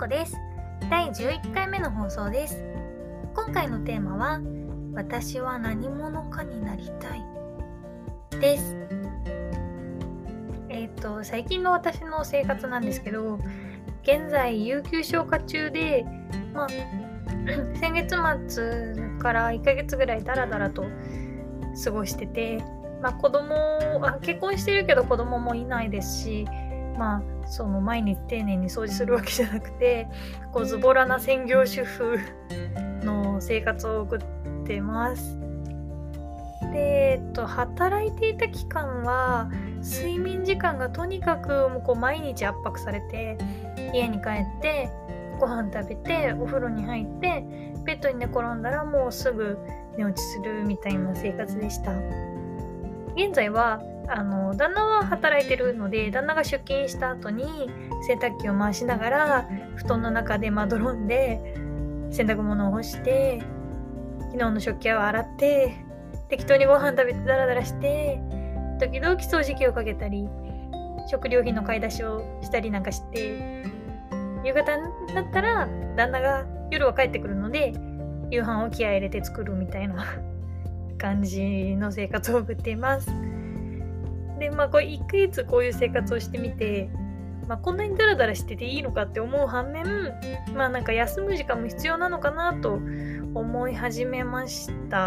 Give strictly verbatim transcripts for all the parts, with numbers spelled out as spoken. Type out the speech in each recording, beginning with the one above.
子です。だいじゅういっかいめの放送です。今回のテーマは、私は何者かになりたいです。えっと、最近の私の生活なんですけど、現在有給消化中で、まあ、先月末からいっかげつぐらいダラダラと過ごしてて、まあ子供あ結婚してるけど子供もいないですし、まあその毎日丁寧に掃除するわけじゃなくて、こうズボラな専業主婦の生活を送ってます。で、えっと働いていた期間は睡眠時間がとにかくもうこう毎日圧迫されて、家に帰ってご飯食べてお風呂に入ってベッドに寝転んだらもうすぐ寝落ちするみたいな生活でした。現在はあの旦那は働いてるので、旦那が出勤した後に洗濯機を回しながら布団の中でまどろんで洗濯物を干して、昨日の食器を洗って適当にご飯食べてダラダラして、時々掃除機をかけたり食料品の買い出しをしたりなんかして、夕方になったら旦那が夜は帰ってくるので夕飯を気合い入れて作るみたいな感じの生活を送っています。で、まあこれいっかげつこういう生活をしてみて、まあ、こんなにダラダラしてていいのかって思う反面、まあなんか休む時間も必要なのかなと思い始めました。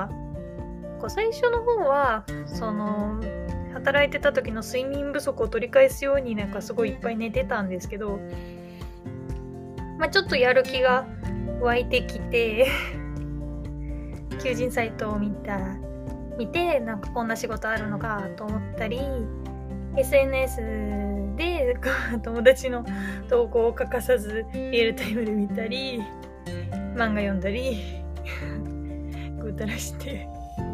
こう最初の方はその働いてた時の睡眠不足を取り返すようになんかすごいいっぱい寝てたんですけど、まあ、ちょっとやる気が湧いてきて求人サイトを見た見てなんかこんな仕事あるのかと思ったり、 エスエヌエス で友達の投稿を欠かさずリアルタイムで見たり、漫画読んだりぐうたらして、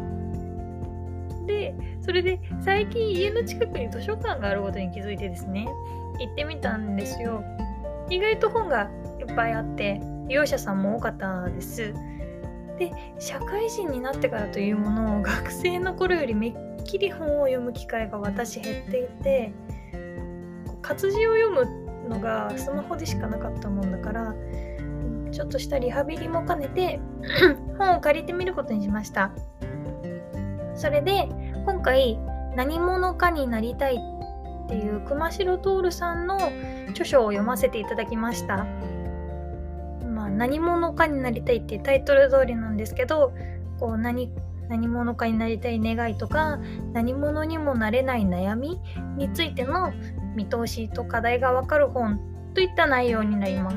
でそれで最近家の近くに図書館があることに気づいてですね、行ってみたんですよ。意外と本がいっぱいあって利用者さんも多かったです。で、社会人になってからというものを学生の頃よりめっきり本を読む機会が私減っていて、活字を読むのがスマホでしかなかったもんだから、ちょっとしたリハビリも兼ねて本を借りてみることにしました。それで今回何者かになりたいっていう熊代徹さんの著書を読ませていただきました。まあ、何者かになりたいっていうタイトル通りなんですけど、こう 何, 何者かになりたい願いとか何者にもなれない悩みについての見通しと課題がわかる本といった内容になります。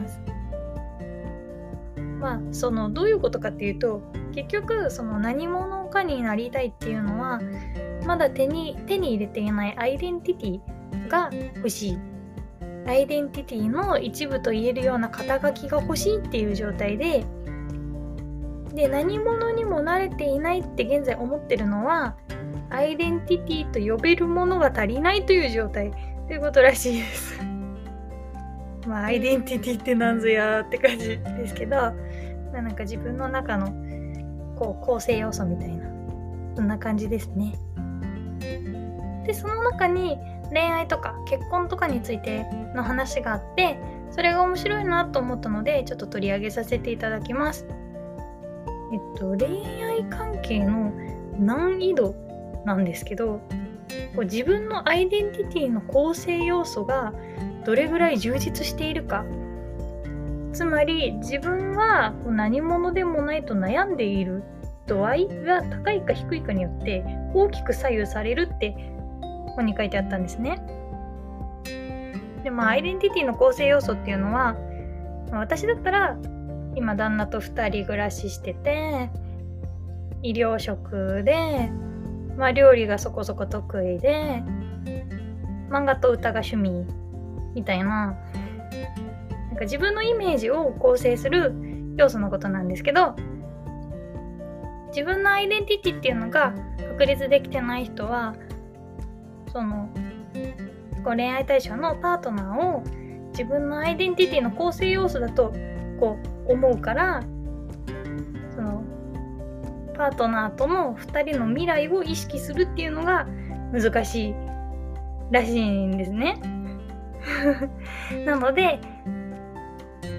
まあそのどういうことかっていうと、結局その何者かになりたいっていうのはまだ手に手に入れていないアイデンティティが欲しい、アイデンティティの一部と言えるような肩書きが欲しいっていう状態で、で何者にも慣れていないって現在思ってるのはアイデンティティと呼べるものが足りないという状態ということらしいです。まあアイデンティティってなんぞやーって感じですけど、なんか自分の中のこう構成要素みたいな、そんな感じですね。でその中に恋愛とか結婚とかについての話があって、それが面白いなと思ったのでちょっと取り上げさせていただきます。えっと恋愛関係の難易度なんですけど、こう自分のアイデンティティの構成要素がどれぐらい充実しているか、つまり自分は何者でもないと悩んでいる度合いが高いか低いかによって大きく左右されるってここに書いてあったんですね。で、まあアイデンティティの構成要素っていうのは、まあ、私だったら今旦那とふたり暮らししてて、医療職で、まあ料理がそこそこ得意で、漫画と歌が趣味みたいな、なんか自分のイメージを構成する要素のことなんですけど、自分のアイデンティティっていうのが確立できてない人は、そのこう恋愛対象のパートナーを自分のアイデンティティの構成要素だとこう思うから、そのパートナーとのふたりの未来を意識するっていうのが難しいらしいんですねなので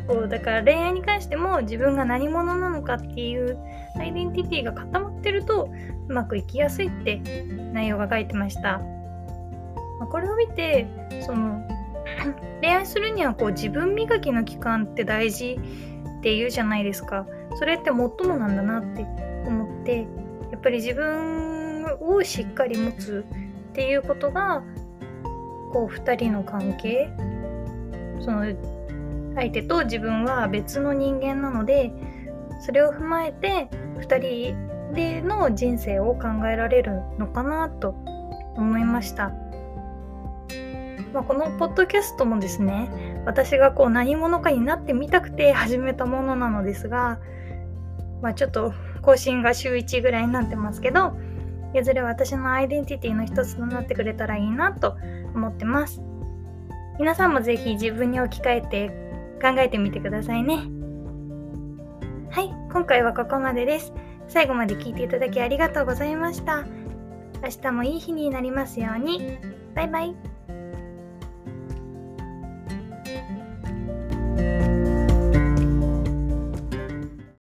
こうだから恋愛に関しても自分が何者なのかっていうアイデンティティが固まってるとうまくいきやすいって内容が書いてました。まあ、これを見てその恋愛するにはこう自分磨きの期間って大事って言うじゃないですか。それって最もなんだなって思って、やっぱり自分をしっかり持つっていうことがこうふたりの関係、その相手と自分は別の人間なので、それを踏まえてふたりでの人生を考えられるのかなと思いました。まあ、このポッドキャストもですね、私がこう何者かになってみたくて始めたものなのですが、まあ、ちょっと更新がしゅういちぐらいになってますけど、いずれ私のアイデンティティの一つとなってくれたらいいなと思ってます。皆さんもぜひ自分に置き換えて考えてみてくださいね。はい、今回はここまでです。最後まで聞いていただきありがとうございました。明日もいい日になりますように。バイバイ。